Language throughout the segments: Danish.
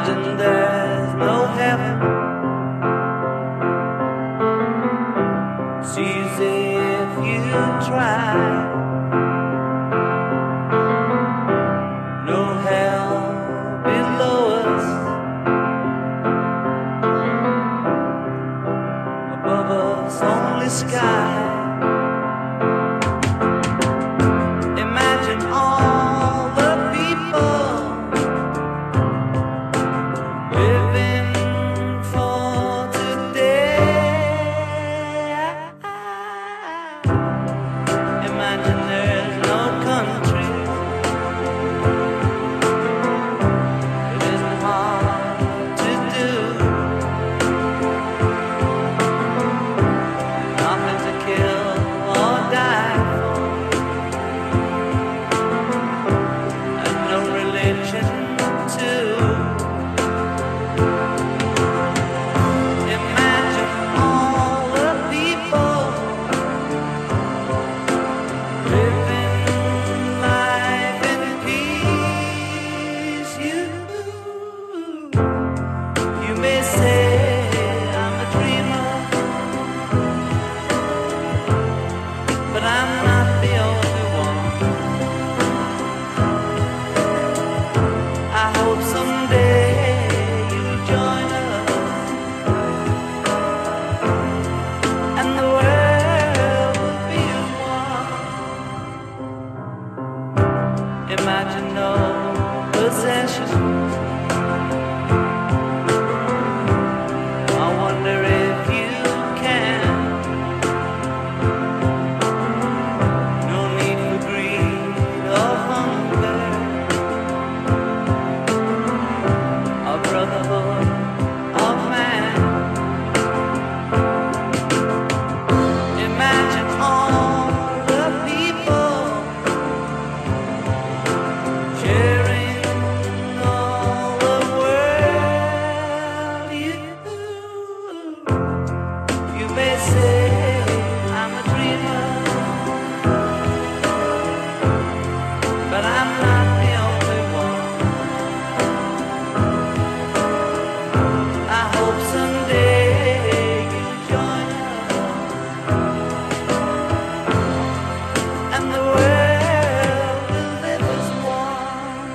Imagine there's no heaven. It's easy if you try. No hell below us. Above us only sky. Imagine all the people living for today. Imagine there's no country. It isn't hard to do. Nothing to kill or die for. And no religion too. Imagine all the people living life in peace. You may say I'm a dreamer, but I'm not the only one. I hope someday you'll join us, and the world will be as one. Imagine no possessions. I wonder if you can. No need for greed or hunger. A brotherhood of man. Imagine all the people sharing all the world. You may say I'm a dreamer, but I'm not the only one. I hope someday you'll join us, and the world will live as one.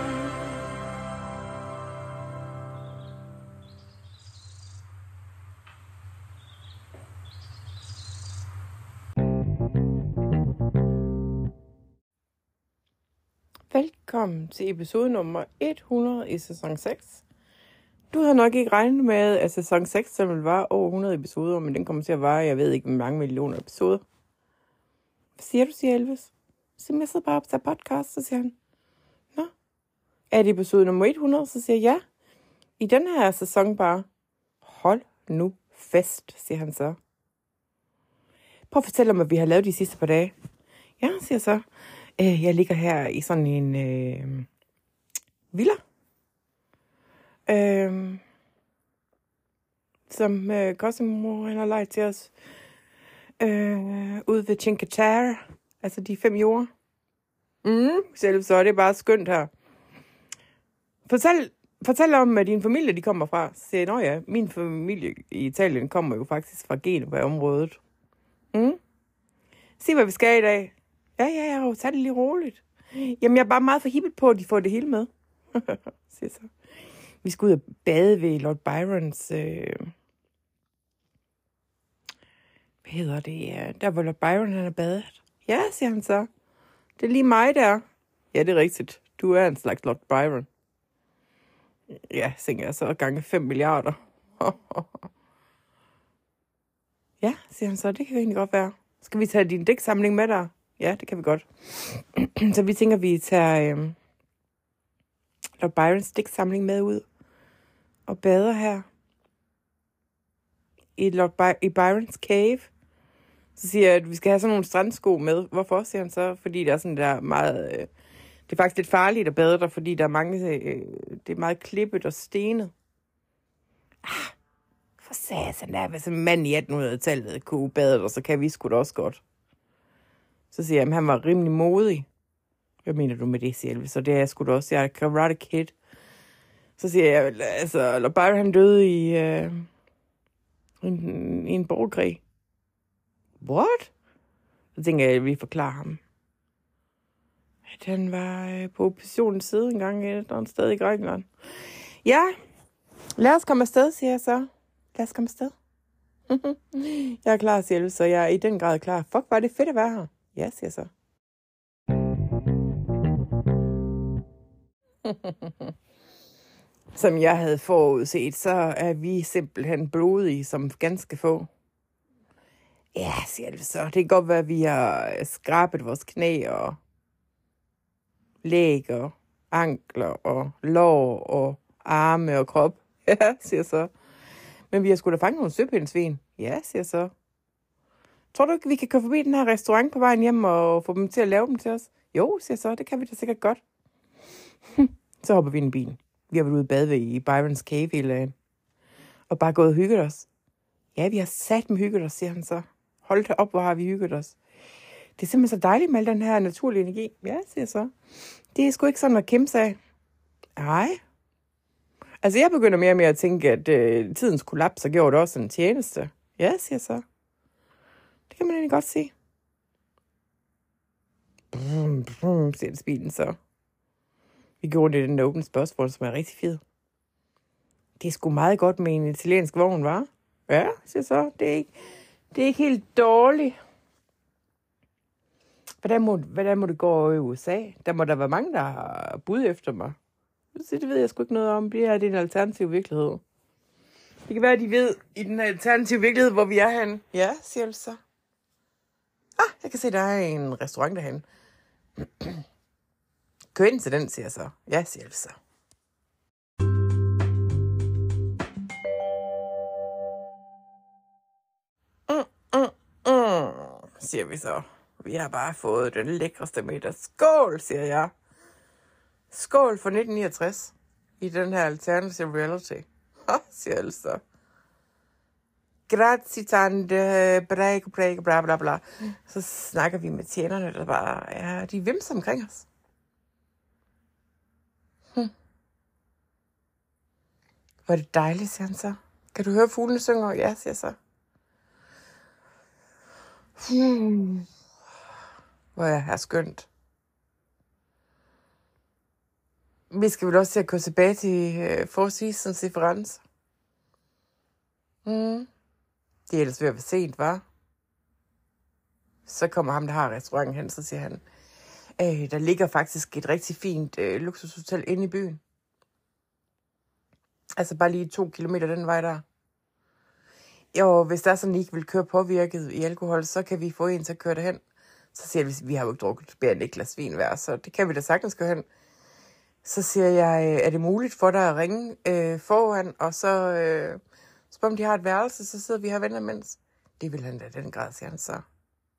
Velkommen til episode nummer 100 i sæson 6. Du havde nok ikke regnet med, at sæson 6 simpelthen var over 100 episoder, men den kommer til at vare, jeg ved ikke, hvor mange millioner episoder. Hvad siger du, siger Elvis? Så jeg sidder bare op til podcast, så siger han, nå, er det episode nummer 100? Så siger jeg, ja, i den her sæson bare, hold nu fest, siger han så. Prøv at fortælle om, hvad vi har lavet de sidste par dage. Ja, siger så. Jeg ligger her i sådan en villa, som Cosimo han har lejet til os ude ved Cinque Terre, altså de 5 jorder. Selv så er det bare skønt her. Fortæl om, hvad din familie de kommer fra. Så siger jeg, nå ja, min familie i Italien kommer jo faktisk fra Genova-området. Se, hvad vi skal i dag. Ja, tag det lige roligt. Jamen, jeg er bare meget for hippet på, at de får det hele med. Siger så. Vi skal ud og bade ved Lord Byrons... hvad hedder det? Der, hvor Lord Byron han er badet. Ja, siger han så. Det er lige mig der. Ja, det er rigtigt. Du er en slags Lord Byron. Ja, tænker jeg så gange 5 milliarder. Ja, siger han så. Det kan jo egentlig godt være. Skal vi tage din dæksamling med der? Ja, det kan vi godt. Så vi tænker, vi tager Lord Byrons dæksamling med ud og bader her i Byrons Cave. Så siger jeg, at vi skal have sådan nogle strandsko med. Hvorfor, siger han så? Fordi der er sådan der meget... det er faktisk lidt farligt at bade der, fordi der er mange... det er meget klippet og stenet. For satan, der hvis en mand i 1800-tallet kunne bade der, så kan vi sgu da også godt. Så siger jeg, at han var rimelig modig. Hvad mener du med det, siger Elvis? Så det er jeg sgu da også. Jeg er Karate Kid. Så siger jeg, eller Byron han døde i en borgerkrig. What? Så tænker jeg, at vi forklarer ham. At han var på oppositionens side en gang et eller andet sted i Grækenland. Ja, lad os komme afsted, siger jeg så. Lad os komme afsted. Jeg er klar, siger jeg, så jeg er i den grad klar. Fuck, var det fedt at være her. Ja, siger jeg så. Som jeg havde forudset, så er vi simpelthen blodige som ganske få. Ja, siger jeg så. Det kan godt være, at vi har skrabet vores knæ og læg og ankler og lår og arme og krop. Ja, siger jeg så. Men vi har sgu da fanget nogle søpindsvin. Ja, siger jeg så. Tror du ikke, vi kan komme forbi den her restaurant på vejen hjem og få dem til at lave dem til os? Jo, siger jeg så. Det kan vi da sikkert godt. Så hopper vi ind i bilen. Vi har været ude at bade i Byrons Cave i Land. Og bare gået og hygget os. Ja, vi har sat med hygget os, siger han så. Hold da op, hvor har vi hygget os. Det er simpelthen så dejligt med al den her naturlige energi. Ja, siger jeg så. Det er sgu ikke sådan at kæmpe sig af. Nej. Altså, jeg begynder mere og mere at tænke, at tidens kollaps har gjort også en tjeneste. Ja, siger jeg så. Det kan man egentlig godt se. Siger det bilen så. Vi gjorde det i den der åbne spørgsmål, som er rigtig fed. Det er sgu meget godt med en italiensk vogn, hva'? Ja, siger så. Det er ikke helt dårligt. Hvordan må det gå over i USA? Der må der være mange, der har bud efter mig. Så det ved jeg sgu ikke noget om. Det her er en alternativ virkelighed. Det kan være, at de ved i den alternative virkelighed, hvor vi er henne. Ja, siger jeg så. Jeg kan se, der er en restaurant derhen. Kør ind til den, siger jeg så. Ja, siger jeg så. Siger vi så. Vi har bare fået den lækreste middag. Skål, siger jeg. Skål for 1969 i den her alternative reality. Siger jeg så. Grazie tante, prego, bla bla bla. Så snakker vi med tjenerne, der bare, de vimser omkring os. Hvor er det dejligt, siger han så. Kan du høre fuglene synge? Ja, siger jeg så. Hvor er her skønt. Vi skal vel også til at gå tilbage til Four Seasons i Firenze. Det er ellers ved at være sent, hva'? Så kommer ham, der har restauranten hen, så siger han, der ligger faktisk et rigtig fint luksushotel inde i byen. Altså bare lige 2 kilometer den vej der. Jo, hvis der er sådan, I ikke vil køre påvirket i alkohol, så kan vi få en til at køre derhen. Så siger vi har jo ikke drukket mere end et glas vin hver, så det kan vi da sagtens køre hen. Så siger jeg, er det muligt for dig at ringe foran, og så spørge, om de har et værelse, så sidder vi her og venter mens. Det vil han da den grad, siger han så.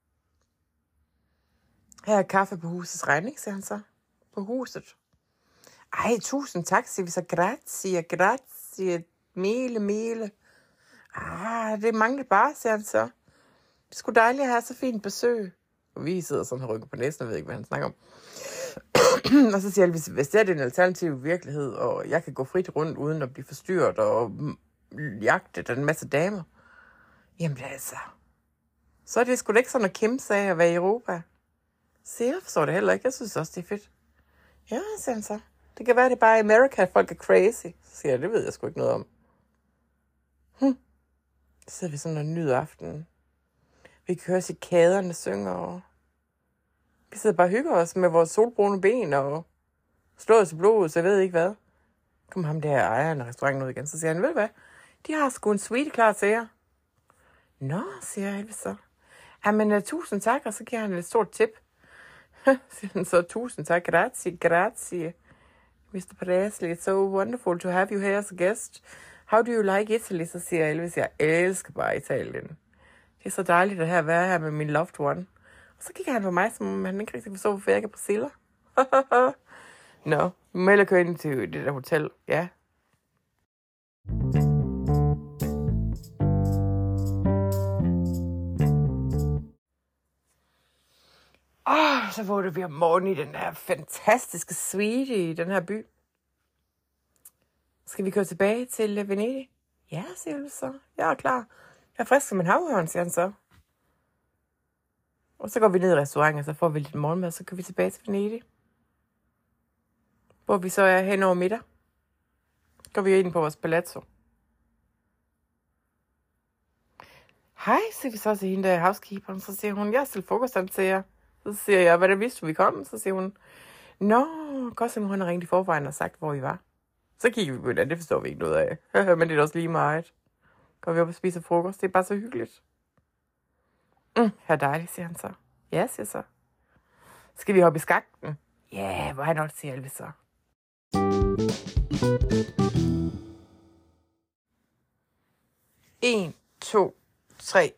Her er kaffe på husets regning, siger han så. På huset. Ej, tusind tak, siger vi så. Grazie, mele. Det mangler bare, siger han så. Det er sgu dejligt at have så fint besøg. Og vi sidder sådan og rykker på næsen, og ved ikke, hvad han snakker om. Og så siger han, hvis det er en alternativ virkelighed, og jeg kan gå frit rundt, uden at blive forstyrret, og jagte den masse damer. Jamen altså. Så er det sgu da ikke sådan at kæmpe sig af at være i Europa. Så jeg forstår det heller ikke. Jeg synes også, det er fedt. Ja, siger han så. Det kan være, det er bare i Amerika, at folk er crazy. Så siger jeg, det ved jeg sgu ikke noget om. Så sidder vi sådan og nyder aftenen. Vi kan høre cikaderne synge, og vi sidder bare og hygger os med vores solbrune ben, og slår os i blodet, så jeg ved ikke hvad. Kom ham der ejeren af restauranten ud igen, så siger han, ved du hvad? De har sgu en suite klar til jer. Nå, siger Elvis så. Jamen, tusind tak, og så giver han et stort tip. Siger han så, tusind tak, grazie. Mr. Presley, it's so wonderful to have you here as a guest. How do you like Italy? Så siger Elvis, jeg elsker bare Italien. Det er så dejligt at være her med min loved one. Og så kigger han på mig, som om han ikke rigtig forstår, hvorfor jeg ikke er på Silla. Nå, vi må hellere køre ind til det der hotel. Ja. Så vågner vi om morgenen i den her fantastiske suite i den her by. Skal vi køre tilbage til Venedig? Ja, siger Elvis så. Jeg er klar. Jeg er frisk som en havørn, siger han så. Og så går vi ned i restauranten, og så får vi lidt morgenmad, og så kører vi tilbage til Venedig. Hvor vi så er hen over middag. Går vi ind på vores palazzo. Hej, siger vi så til hende der housekeeperen. Så siger hun, jeg har stillet frokost til jer. Så siger jeg, hvad der vidste vi kom? Så siger hun, nå, godt som hun har ringet i forvejen og sagt, hvor I var. Så kigger vi på det, det forstår vi ikke noget af. Men det er også lige meget. Går vi op og spiser frokost, det er bare så hyggeligt. Her dejligt, siger han så. Ja, siger så. Skal vi hoppe i skakten? Ja, hvor er nok, siger Elvis så. En, to, tre.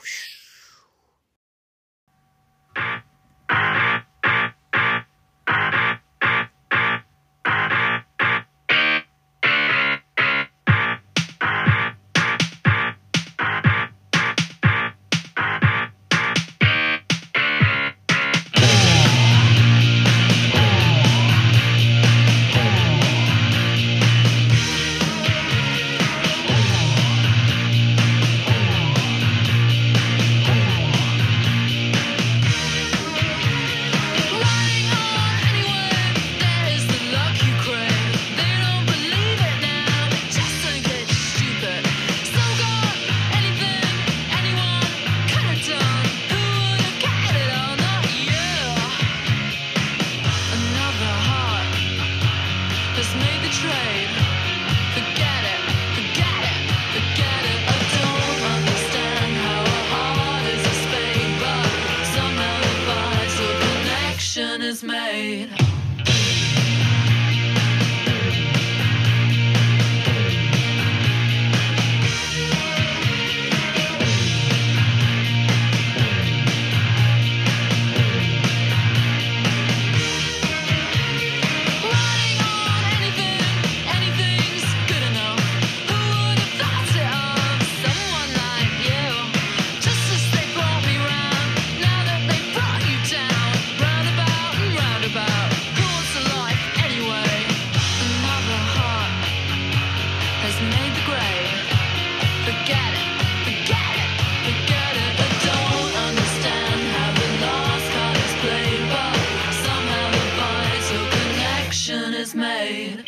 Is made. Is made.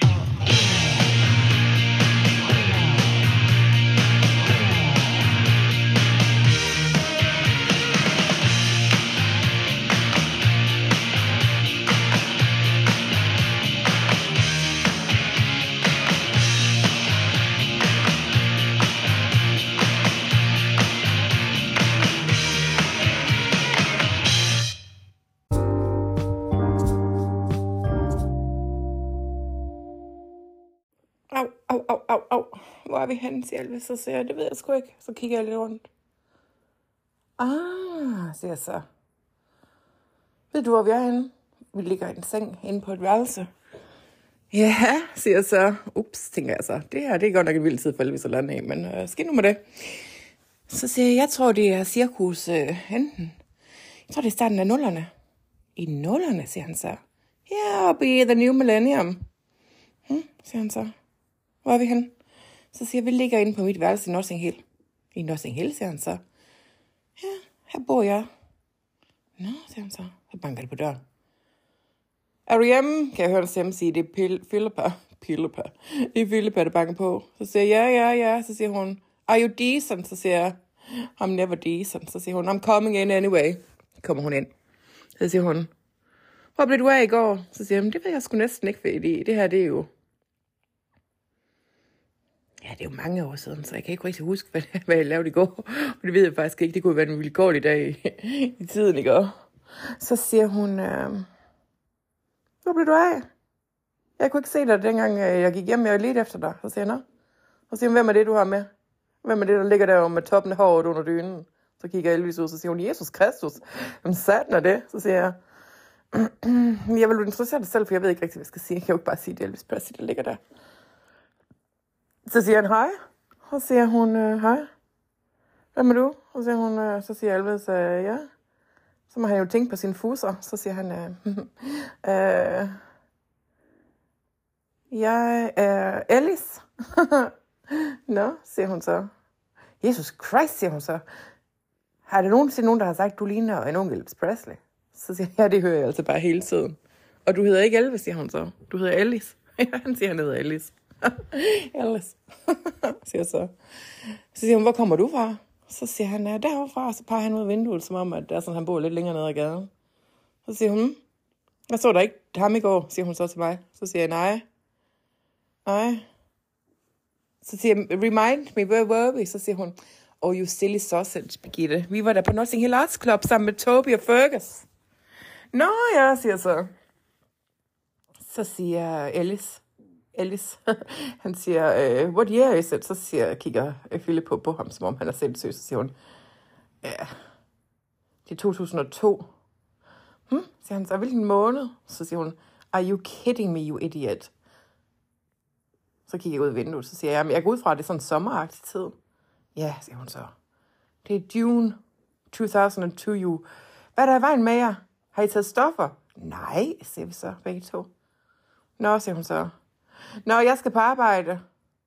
Au. Hvor er vi henne, siger Elvis. Så siger jeg, det ved jeg sgu ikke. Så kigger jeg lidt rundt. Siger jeg så. Ved du, hvor vi er henne? Vi ligger i en seng inde på et værelse. Ja, siger jeg så. Ups, tænker jeg så. Det er godt nok en vild tid for Elvis at lande af, men skidt nu med det. Så siger jeg tror, det er cirkus enten. Jeg tror, det er starten af nullerne. I nullerne, siger han så. Ja, oppe i The New Millennium. Siger han så. Hvor er vi henne? Så siger jeg, vi ligger inde på mit værelse i Notting Hill. I Notting Hill, siger han så. Ja, her bor jeg. Nå, siger han så. Så banker det på døren. Er du hjemme? Kan jeg høre en stemme sige, det er Philippa. Det er Philippa, der banker på. Så siger jeg, ja. Så siger hun, are you decent? Så siger jeg, I'm never decent. Så siger hun, I'm coming in anyway. Kommer hun ind. Så siger hun, hvor blev du af i går? Så siger hun, det ved jeg sgu næsten ikke, fordi det her, det er jo... Ja, det er jo mange år siden, så jeg kan ikke rigtig huske, hvad jeg lavede i går. Og det ved jeg faktisk ikke. Det kunne være en vilkårlig dag i tiden, ikke? Så siger hun, hvor blev du af? Jeg kunne ikke se dig, dengang jeg gik hjem, jeg lidt efter dig. Så siger jeg, nå. Så siger hun, hvem er det, du har med? Hvem er det, der ligger der med toppen af håret under dynen? Så kigger Elvis ud, så siger hun, Jesus Kristus. Hvem satan er det? Så siger jeg, jeg vil introducere dig selv, for jeg ved ikke rigtig, hvad jeg skal sige. Jeg kan jo ikke bare sige, det Elvis Presley, der ligger der. Så siger han, hej. Og så siger hun, hej. Hvem er du? Og så siger hun, så siger Elvis, ja. Så må han jo tænke på sine fuser. Så siger han, Jeg er Alice. Nå, siger hun så. Jesus Christ, siger hun så. Har der nogensinde nogen, der har sagt, du ligner en ung Elvis Presley? Så siger jeg, ja, det hører jeg altså bare hele tiden. Og du hedder ikke Elvis, siger hun så. Du hedder Alice. Ja, han siger, han hedder Alice. Alice, siger så. Så siger hun, hvor kommer du fra? Så siger han, ja, derovre, og så peger han ud af vinduet, som om, at der er sådan, han bor lidt længere nede ad gaden. Så siger hun, jeg så der ikke ham i går, siger hun så til mig. Så siger jeg, nej. Så siger jeg, remind me, where were we? Så siger hun, oh, you silly sausage, Birgitte. Vi var der på Notting Hill Arts Club sammen med Toby og Fergus. Nå, ja, siger så. Så siger Alice, han siger, what year is it? Så kigger Philip på ham, som om han er sindssyg. Så siger hun, ja, det er 2002. Siger han så, hvilken måned? Så siger hun, are you kidding me, you idiot? Så kigger jeg ud af vinduet, så siger jeg, jeg går ud fra, at det er sådan en sommeragtig tid. Ja, siger hun så. Det er June 2002, you. Hvad er der i vejen med jer? Har I taget stoffer? Nej, siger vi så, begge to. Nå, siger hun så. Nå, jeg skal på arbejde.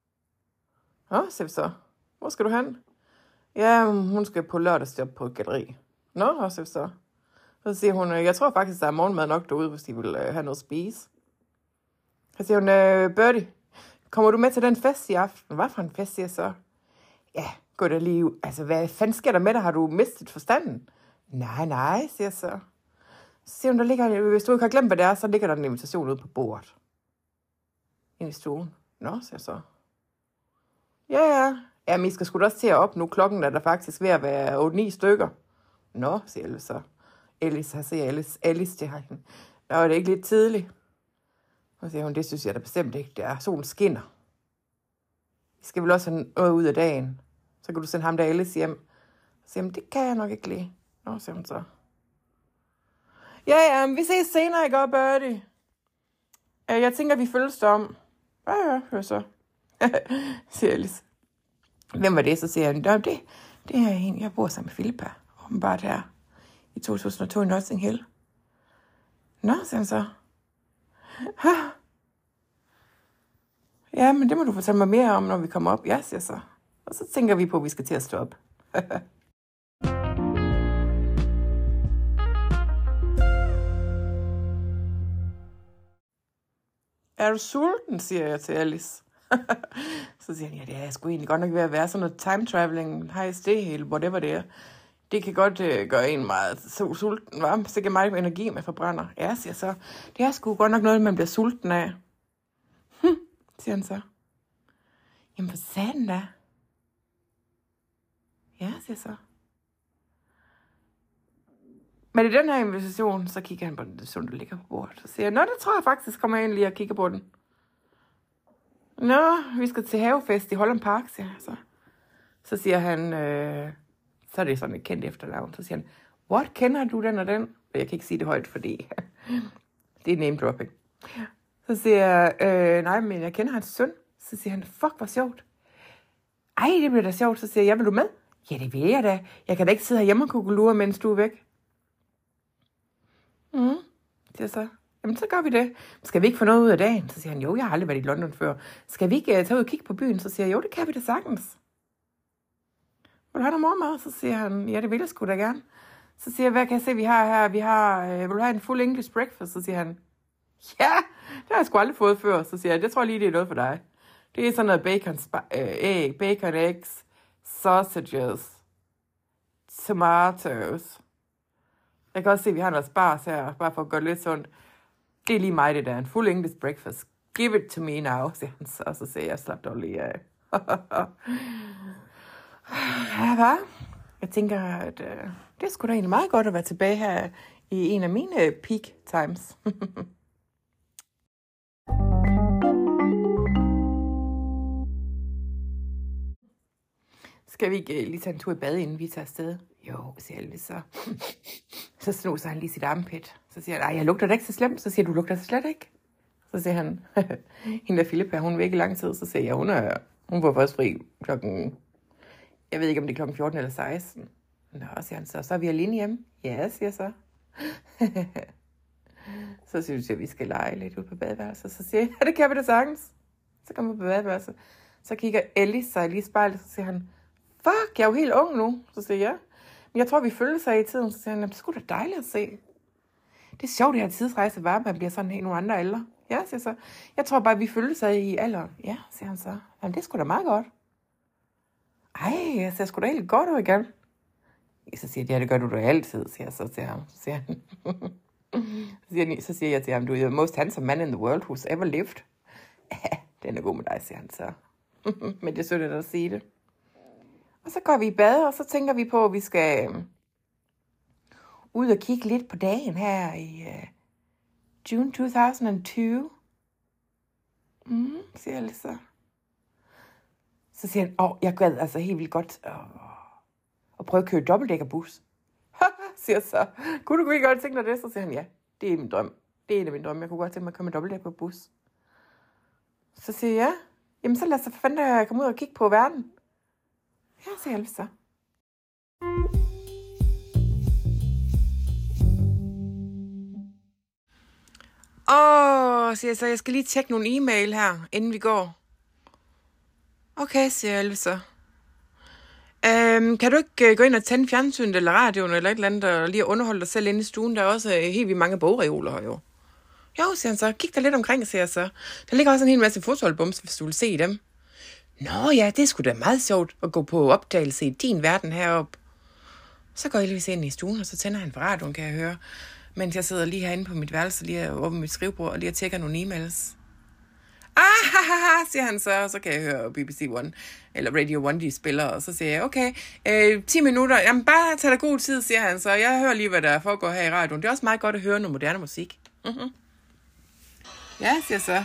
Nå, siger vi så. Hvor skal du hen? Ja, hun skal på lørdagsjob på et galleri. Nå, siger vi så. Så siger hun, jeg tror faktisk, der er morgenmad nok derude, hvis de vil have noget at spise. Så siger hun, Birdie, kommer du med til den fest i aften? Hvad for en fest, siger jeg så? Ja, gå da lige ud. Altså, hvad fanden sker der med dig? Har du mistet forstanden? Nej, siger jeg så. Så siger hun, der ligger, hvis du ikke har glemt, hvad det er, så ligger der en invitation ude på bordet. Inde i stuen. Nå, siger jeg så. Ja. Jamen, I skal sgu da også til at op nu. Klokken er der faktisk ved at være 8-9 stykker. Nå, siger Alice så. Alice til hende. Nå, er det ikke lidt tidligt? Så siger hun, det synes jeg da bestemt ikke. Det er, solen skinner. Vi skal vel også have noget ud af dagen. Så kan du sende ham der Alice hjem. Så siger hun, det kan jeg nok ikke lige. Nå, siger hun så. Ja, vi ses senere, ikke også, Birdie? Jeg tænker, vi følges om. Ja, hør så. Siger Alice. Hvem var det? Så siger han, det er en, jeg bor sammen med Philippa. Åbenbart her i 2002 i Notting Hill. Nå, siger han så. Ja, men det må du fortælle mig mere om, når vi kommer op. Ja, siger så. Og så tænker vi på, at vi skal til at stå op. Er du sulten, siger jeg til Alice. Så siger han, ja, det er sgu egentlig godt nok ved at være sådan noget time traveling, HSD, eller whatever det er. Det kan godt gøre en meget sulten, varm. Så giver meget energi, man forbrænder. Ja, siger så. Det er sgu godt nok noget, man bliver sulten af. Siger han så. Jamen, for satan da. Ja, siger så. Men i den her invitation, så kigger han på den invitation, der ligger på bordet. Så siger jeg, nå, det tror jeg faktisk, kommer jeg ind lige og kigger på den. Nå, vi skal til havefest i Holland Park, siger jeg så. Så siger han, så er det sådan et kendt efternavn. Så siger han, what, kender du den og den? Jeg kan ikke sige det højt, fordi det er name dropping. Så siger jeg, nej, men jeg kender hans søn. Så siger han, fuck, hvor sjovt. Ej, det bliver da sjovt. Så siger jeg, vil du med? Ja, det vil jeg da. Jeg kan da ikke sidde herhjemme og kukulure, mens du er væk. Siger så. Jamen, så gør vi det. Skal vi ikke få noget ud af dagen? Så siger han, jo, jeg har aldrig været i London før. Skal vi ikke tage ud og kigge på byen? Så siger jeg, jo, det kan vi da sagtens. Vil du have noget morgenmad? Så siger han, ja, det vil jeg sgu da gerne. Så siger jeg, hvad kan jeg se, vi har her? Vil du have en full English breakfast? Så siger han, ja, det har jeg sgu aldrig fået før. Så siger jeg tror lige, det er noget for dig. Det er sådan noget bacon eggs, sausages, tomatoes. Jeg kan også se, at vi har noget spars her, bare for at gøre det lidt sundt. Det er lige mig, det der. En full English breakfast. Give it to me now, siger han så. Og så siger jeg, slap dog lige af. Ja, hvad? Jeg tænker, at det er sgu da egentlig meget godt at være tilbage her i en af mine peak times. Skal vi ikke lige tage en tur i bad, inden vi tager afsted? Jo, siger Elvis så. Så snuser han lige sit armpit. Så siger han, jeg lugter da ikke så slemt. Så siger du lugter så slet ikke. Så siger han, hende der Philippa, hun er væk i lang tid. Så siger jeg, hun var først fri klokken, jeg ved ikke, om det er klokken 14 eller 16. Nå, siger han så er vi alene hjemme. Ja, siger jeg så. Så synes jeg, at vi skal lege lidt ud på badeværelset. Så siger jeg, ja, det kan vi da sagtens. Så kommer vi på badeværelset. Så kigger Ellie sig lige i spejlet, så siger han, fuck, jeg er jo helt ung nu. Så siger jeg, men jeg tror, vi følger sig i tiden. Så siger han, det skulle da dejligt at se. Det er sjovt, det her tidsrejse var, man bliver sådan helt nogle andre aldre. Ja, siger så. Jeg tror bare, vi følger sig i alderen. Ja, siger han så. Jamen, det er sgu da meget godt. Ej, jeg ser sgu da helt godt ud igen. Så siger jeg, ja, det gør du da altid, siger jeg så til ham. Så siger han, så siger jeg til ham, du er the most handsome man in the world who's ever lived. Ja, den er god med dig, siger han så. Men det er sødt at sige det. Og så går vi i bad, og så tænker vi på, at vi skal ud og kigge lidt på dagen her i June 2002. Siger jeg lidt så. Så siger han, jeg gad altså helt vildt godt at prøve at køre dobbeltdækkerbus. Siger så, kunne du ikke godt tænke dig det? Så siger han, ja, det er min drøm. Det er en af mine drømme. Jeg kunne godt tænke mig at køre med dobbeltdækkerbus. Så siger jeg, jamen så lad os for fanden komme ud og kigge på verden. Ja, siger jeg så. Siger jeg så, jeg skal lige tjekke nogle e-mail her, inden vi går. Okay, siger jeg så. Kan du ikke gå ind og tænde fjernsynet eller radioen eller et eller andet, og lige underholde dig selv inde i stuen? Der er også helt vildt mange bogreoler her jo. Jo, siger han så. Kig der lidt omkring, siger jeg så. Der ligger også en hel masse fotoalbums, hvis du vil se dem. Nå ja, det er sgu da meget sjovt at gå på opdagelse i din verden heroppe. Så går jeg lige ind i stuen, og så tænder han for radioen, kan jeg høre. Mens jeg sidder lige herinde på mit værelse, lige over mit skrivebord, og lige tjekker nogle e-mails. Siger han så, og så kan jeg høre BBC One, eller Radio 1, de spiller, og så siger jeg, okay, 10 minutter, jamen bare tag dig god tid, siger han så, jeg hører lige, hvad der foregår her i radioen. Det er også meget godt at høre noget moderne musik. Ja, siger så.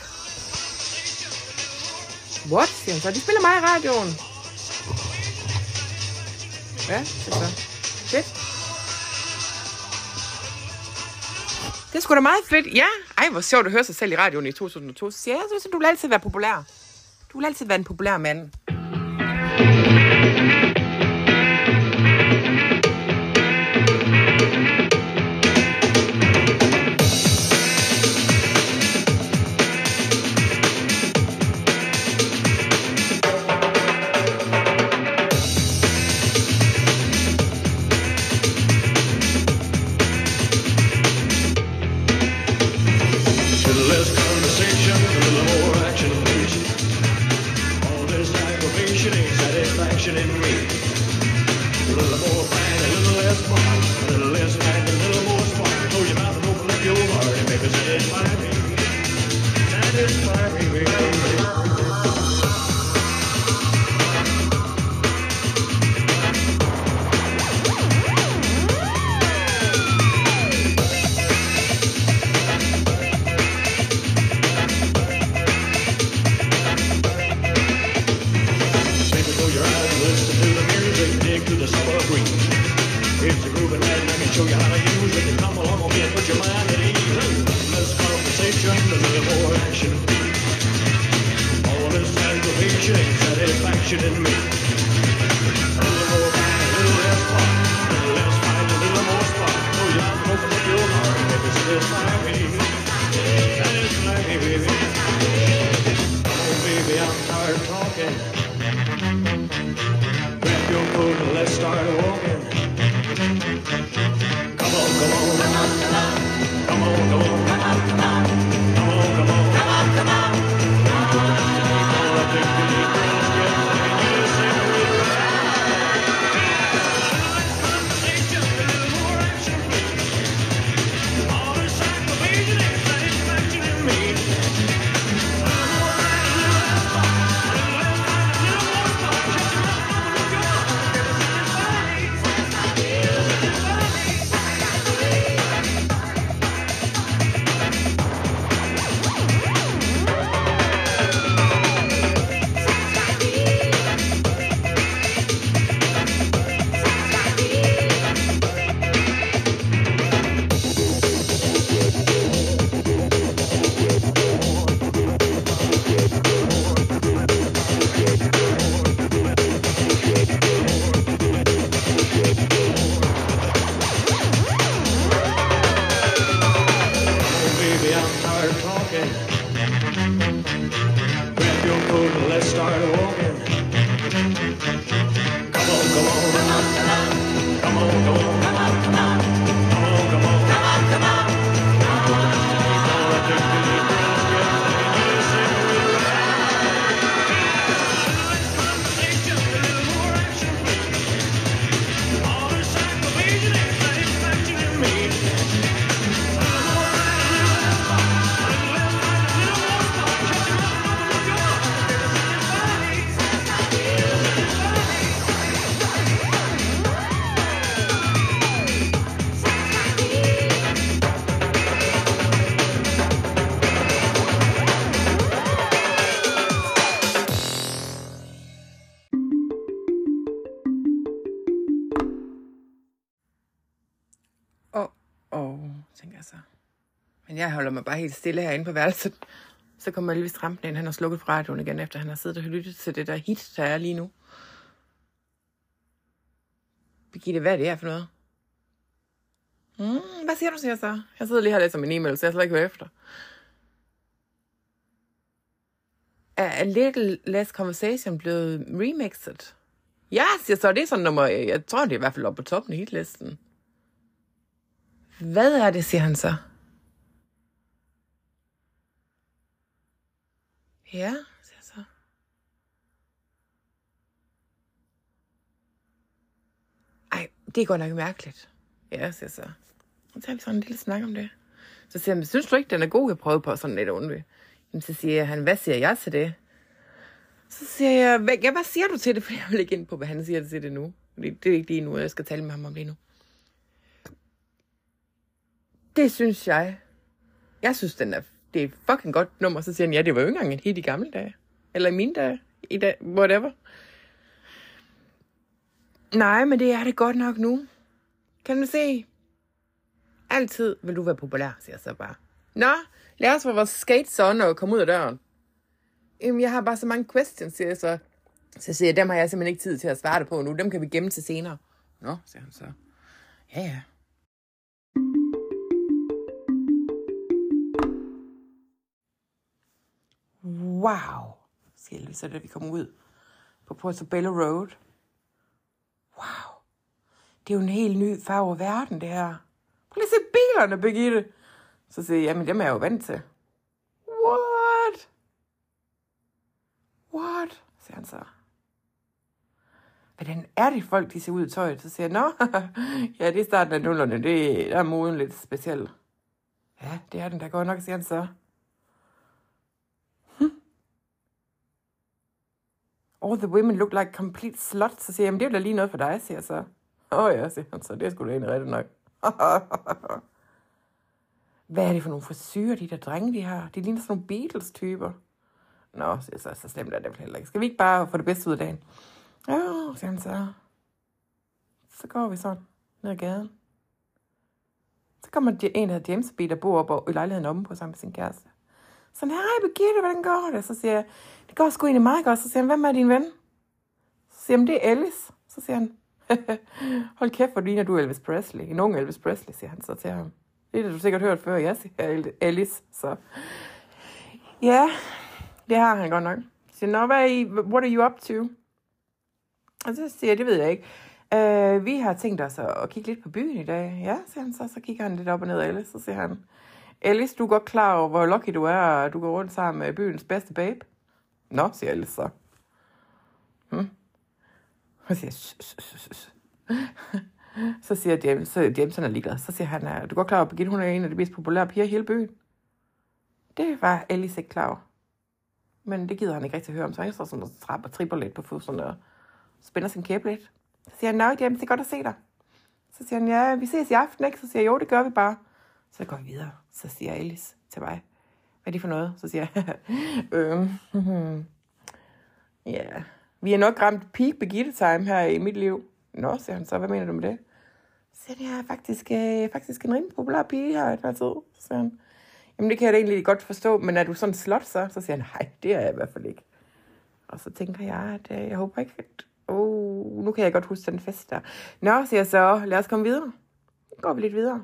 What, siger han så, de spiller mig i radioen. Ja, siger så. Fedt. Det er sgu da meget fedt. Ja, hvor sjovt at høre sig selv i radioen i 2002. Så siger jeg, du vil altid være populær. Du vil altid være en populær mand. jeg så. Men jeg holder mig bare helt stille herinde på værelset. Så kommer Elvis trampen ind. Han har slukket fra radioen igen, efter han har siddet og lyttet til det der hit, der er lige nu. Birgitte, hvad er det her for noget? Hvad siger du, siger jeg så? Jeg sidder lige her og læser min e-mail, så jeg slet ikke hører efter. Er A Little Less Conversation blevet remixet? Ja, siger så, det er sådan nummer, jeg tror, det er i hvert fald oppe på toppen af hitlisten. Hvad er det, siger han så? Ja, siger jeg så. Ej, det er godt nok mærkeligt. Ja, siger jeg så. Så tager vi sådan en lille snak om det. Så siger han, synes du ikke, den er god? Jeg prøver på sådan lidt ondt. Jamen, så siger han, hvad siger jeg til det? Så siger jeg, hvad siger du til det? For jeg vil ikke ind på, hvad han siger til det nu. Det er ikke lige nu, jeg skal tale med ham om det nu. Det synes jeg. Jeg synes, det er et fucking godt nummer. Så siger han, ja, det var jo ikke engang et hit i gamle dage. Eller i mine dage. I dag, whatever. Nej, men det er det godt nok nu. Kan du se? Altid vil du være populær, siger jeg så bare. Nå, lad os få vores skates on og komme ud af døren. Jamen, jeg har bare så mange questions, siger jeg så. Så siger jeg, dem har jeg simpelthen ikke tid til at svare på nu. Dem kan vi gemme til senere. Nå, siger han så. Ja, ja. Wow, siger Elvis, da vi kommer ud på Portobello Road. Wow, det er jo en helt ny farve af verden, det her. Prøv lige at se bilerne, Birgitte. Så siger jeg, jamen dem er jeg jo vant til. What? Siger han så. Hvordan er det folk, de ser ud i tøjet? Så siger jeg, nå, ja, det er starten af nullerne. Der er moden lidt speciel. Ja, det er den, der går nok, siger han så. All the women look like complete sluts. Så siger jeg, jamen det er jo da lige noget for dig, siger jeg så. Ja, siger han så, det er sgu da egentlig rigtigt nok. Hvad er det for nogle frisyrer, de der drenge, de har? De ligner sådan nogle Beatles-typer. Nå, siger jeg så slemt er det heller ikke. Skal vi ikke bare få det bedste ud af dagen? Ja, siger han så. Så går vi sådan ned ad gaden. Så kommer en af James B, der bor oppe i lejligheden omme på sammen med sin kæreste. Så hej Birgitte, hvordan går det? Så siger jeg, det går sgu egentlig meget godt. Så siger han, hvem er din ven? Så siger han, det er Ellis. Så siger han, hold kæft, hvor ligner du Elvis Presley. En ung Elvis Presley, siger han så til ham. Det har du sikkert hørt før, jeg siger Ellis. Så ja, det har han godt nok. Så siger, nå, what are you up to? Og så siger jeg, det ved jeg ikke. Vi har tænkt os at kigge lidt på byen i dag. Ja, siger han så. Så kigger han lidt op og ned af Ellis. Så siger han, Ellis, du er godt klar over, hvor lucky du er, og du går rundt sammen med byens bedste babe. Nå, siger Ellis så. Så siger så siger James, han er ligeglad. Så siger han, du er godt klar over, at Birgitte, hun er en af de mest populære piger i hele byen. Det var Ellis ikke klar over. Men det gider han ikke rigtig at høre om, så han står sådan og trapper og tripper lidt på fødslen og spænder sin kæbe lidt. Så siger han, nej James, det er godt at se dig. Så siger han, ja, vi ses i aften, ikke? Så siger jeg, jo, det gør vi bare. Så går vi videre. Så siger Ellis til mig, hvad er det for noget? Så siger jeg, ja, vi er nok ramt peak Birgitte time her i mit liv. Nå, siger han så, hvad mener du med det? Så siger jeg, faktisk en rimelig populær pige her et par tid. Så siger han, jamen det kan jeg da egentlig godt forstå, men er du sådan slot så? Så siger han, nej, det er jeg i hvert fald ikke. Og så tænker jeg, at jeg håber ikke, at nu kan jeg godt huske den fest der. Nå, siger jeg så, lad os komme videre. Så går vi lidt videre.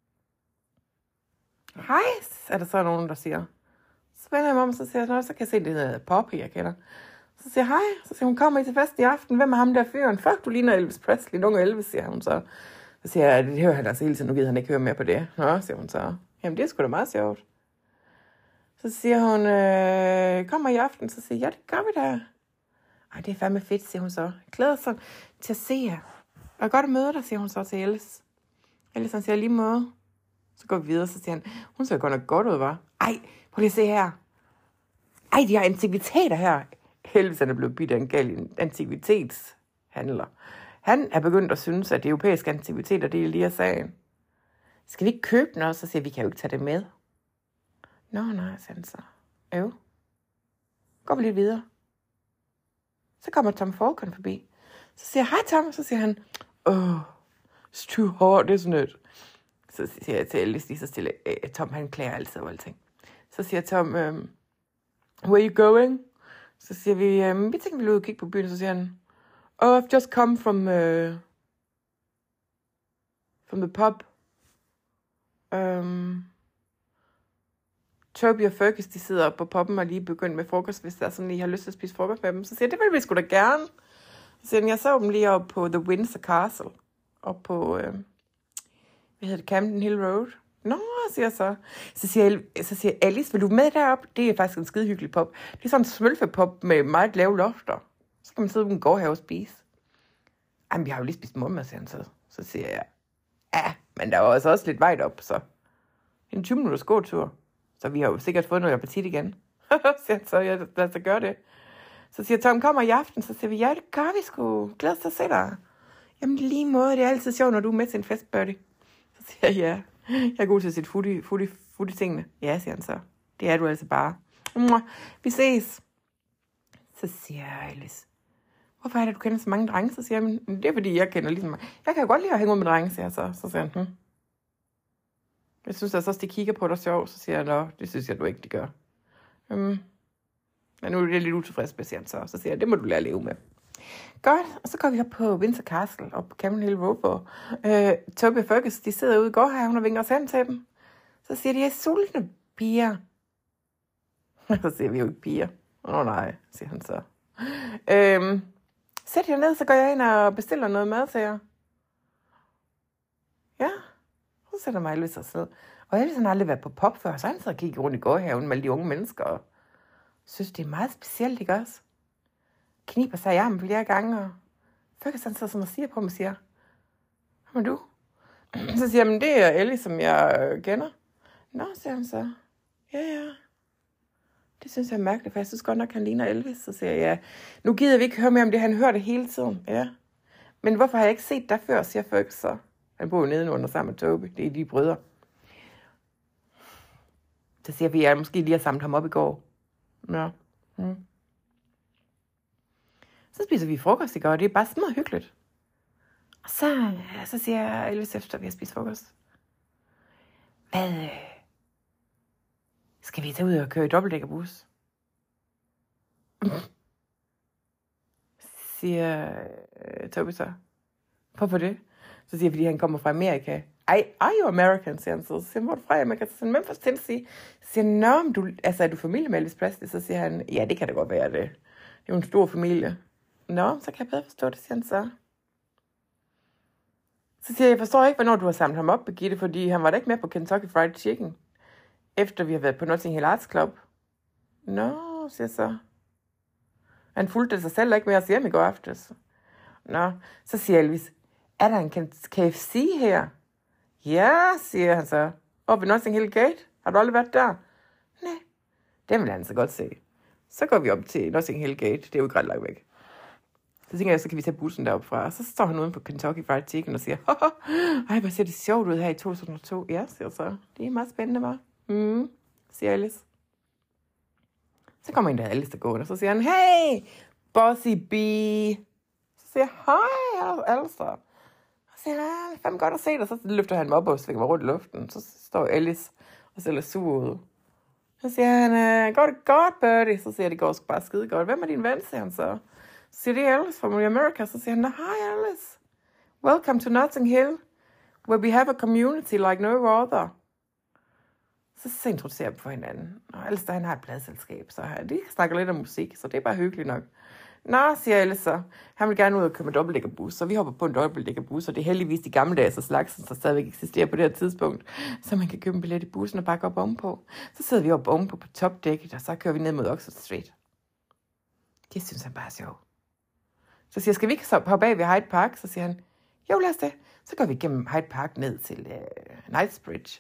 Hej, er der så nogen, der siger. Så vender jeg mig om, så siger jeg, så kan jeg se, det hedder Poppy, jeg kender. Så siger jeg, hej, så siger hun, kommer I til festen i aften? Hvem er ham der fyren? Fuck, du ligner Elvis Presley, nogen Elvis, siger hun så. Så siger jeg, det hører han altså hele tiden, nu gider han ikke høre mere på det. Nå, siger hun så. Jamen, det er sgu da meget sjovt. Så siger hun, kommer I aften? Så siger jeg, ja, det gør vi da. Ej, det er fandme fedt, siger hun så. Jeg glæder sig til at se jer. Og godt at møde dig, siger hun så til Ellis. Ellis, han siger, lige måde. Så går vi videre, så siger han, hun ser godt nok godt ud, hva'? Ej, prøv lige at se her. Ej, de har antikviteter her. Heldigvis er der blevet bidt af en gal antikvitetshandler. Han er begyndt at synes, at de europæiske antikviteter, det er lige af sagen. Skal vi ikke købe noget? Så siger vi, kan jo ikke tage det med. Nå, nej, siger han så. Jo. Går vi lidt videre. Så kommer Tom Falcon forbi. Så siger jeg, hej Tom. Så siger han, it's too hot, isn't it? Så Så siger jeg til Alice lige så stille, Tom han klager altid over alting. Så siger Tom, where are you going? Så siger vi tænker, vi vil ud og kigge på byen. Så siger han, oh, I've just come from the pub. Toby og Fergus, de sidder på pubben og lige begyndt med frokost, hvis der er sådan, I har lyst til at spise frokost med dem. Så siger jeg, det vil vi sgu da gerne. Så siger han, jeg så dem lige oppe på The Windsor Castle. Oppe på, hvad hedder det, Camden Hill Road. Nå, siger jeg så. Så siger Alice, vil du med derop? Det er faktisk en skide hyggelig pub. Det er sådan en smølfepub med meget lave lofter. Så kan man sidde på en gårdhave og spise. Jamen, vi har jo lige spist morgenmad, siger han så. Så siger jeg, ja, men der var også lidt vejt op, så. En 20 minutters gåtur. Så vi har jo sikkert fået noget appetit igen. Siger han så, ja, lad os gøre det. Så siger Tom, kommer i aften? Så siger vi, ja, det gør vi sgu. Glæder os til at se dig. Jamen, lige måde, det er altid sjovt, når du er med til en fest, Birdie. Så siger jeg, ja, jeg er god til at sætte fut i tingene. Ja, siger han så. Det er du altså bare. Vi ses. Så siger Alice, hvorfor er det, du kender så mange drenge? Så siger jeg, men det er fordi, jeg kender ligesom mange. Jeg kan jo godt lide at hænge ud med drenge, siger jeg så. Så siger han, Jeg synes altså også, de kigger på dig sjov. Så siger jeg, nå, det synes jeg, du ikke, de gør. Men nu er det lidt utilfreds med, siger han så. Så siger jeg, det må du lære at leve med. Godt, og så går vi op på Windsor Castle, op på Camden Hill Road, hvor Toby og Fergus, de sidder ude i gårdhaven og vinker os hen til dem. Så siger de, jeg er sultne, piger. Så siger vi jo ikke piger. Nej, siger han så. Sæt jer ned, så går jeg ind og bestiller noget mad til jer. Ja, så sætter mig Elvis og ned. Og Elvis har aldrig været på pop før, så han sidder og kigger rundt i gårdhaven med alle de unge mennesker. Og synes, det er meget specielt, ikke også? Kniber sig i armen flere gange, og Fergus han sidder sådan og siger på mig og siger, hvem er du? Så siger jeg, det er Ellie, som jeg kender. Nå, siger han så. Ja. Det synes jeg er mærkeligt, for jeg synes godt nok, han ligner Elvis. Så siger jeg, ja, nu gider vi ikke høre mere om det, han hører det hele tiden. Ja. Men hvorfor har jeg ikke set dig før, siger Fergus så. Han bor jo nedenunder sammen med Toby. Det er de brødre. Så siger vi, at jeg måske lige har samlet ham op i går. Ja. Så spiser vi frokost i går, og det er bare smadret hyggeligt. Og så siger jeg Elvis efter, vi har spist frokost. Hvad? Skal vi tage ud og køre i dobbeltdækkerbus? Siger Toby så. Hvorfor det? Så siger jeg, fordi han kommer fra Amerika. Are you American, siger han så. Så siger han, hvor er du fra Amerika? Så siger han, Memphis, Tennessee. Så siger han, nå, er du familie med Elvis Presley? Så siger han, ja, det kan det godt være, det. Det er jo en stor familie. Nå, så kan jeg bedre forstå det, siger han så. Så siger jeg forstår ikke, hvornår du har samlet ham op, Birgitte, fordi han var da ikke med på Kentucky Fried Chicken, efter vi har været på Notting Hill Arts Club. Nå, siger jeg så. Han fulgte sig selv ikke med os hjem i går aftes. Nå, så siger Elvis, er der en KFC her? Ja, siger han så. Oppe ved Notting Hill Gate. Har du aldrig været der? Nej, den vil han så godt se. Så går vi op til Notting Hill Gate. Det er jo ikke ret langt væk. Så tænker jeg, så kan vi tage bussen deroppe fra. Så står han uden på Kentucky Fried Chicken og siger, ej, hvor ser det sjovt ud her i 2002. Ja, siger så. Det er meget spændende, hva'? Siger Alice. Så kommer en der Alice der går, og så siger han, hey, Bossy B. Så siger jeg, hej, Alistair. Så siger han, fandme godt at se dig. Så løfter han mig op og svinger mig rundt i luften. Så står Alice og ser lidt sur ud. Så siger han, går det godt, Birdie? Så siger jeg, det går sgu bare skide godt. Hvem er din ven, siger han så. Så siger det Alice fra America. Så siger han, hi Alice. Welcome to Notting Hill, where we have a community like no other. Så introducerer vi for hinanden. Og Alice, han har et pladselskab, så de snakker lidt om musik, så det er bare hyggeligt nok. Nå, siger Alice så. Han vil gerne ud og køre med dobbeltdækkerbus, så vi hopper på en dobbeltdækkerbus, og det er heldigvis de gamle dage, så slags, der stadigvæk eksisterer på det her tidspunkt, så man kan købe en billet i bussen og bare gå op ovenpå. Så sidder vi op ovenpå på topdækket, og så kører vi ned mod Oxford Street. Det synes han bare er sjovt. Så siger jeg, skal vi ikke hoppe af ved Hyde Park? Så siger han, jo lad os det. Så går vi gennem Hyde Park ned til Knightsbridge.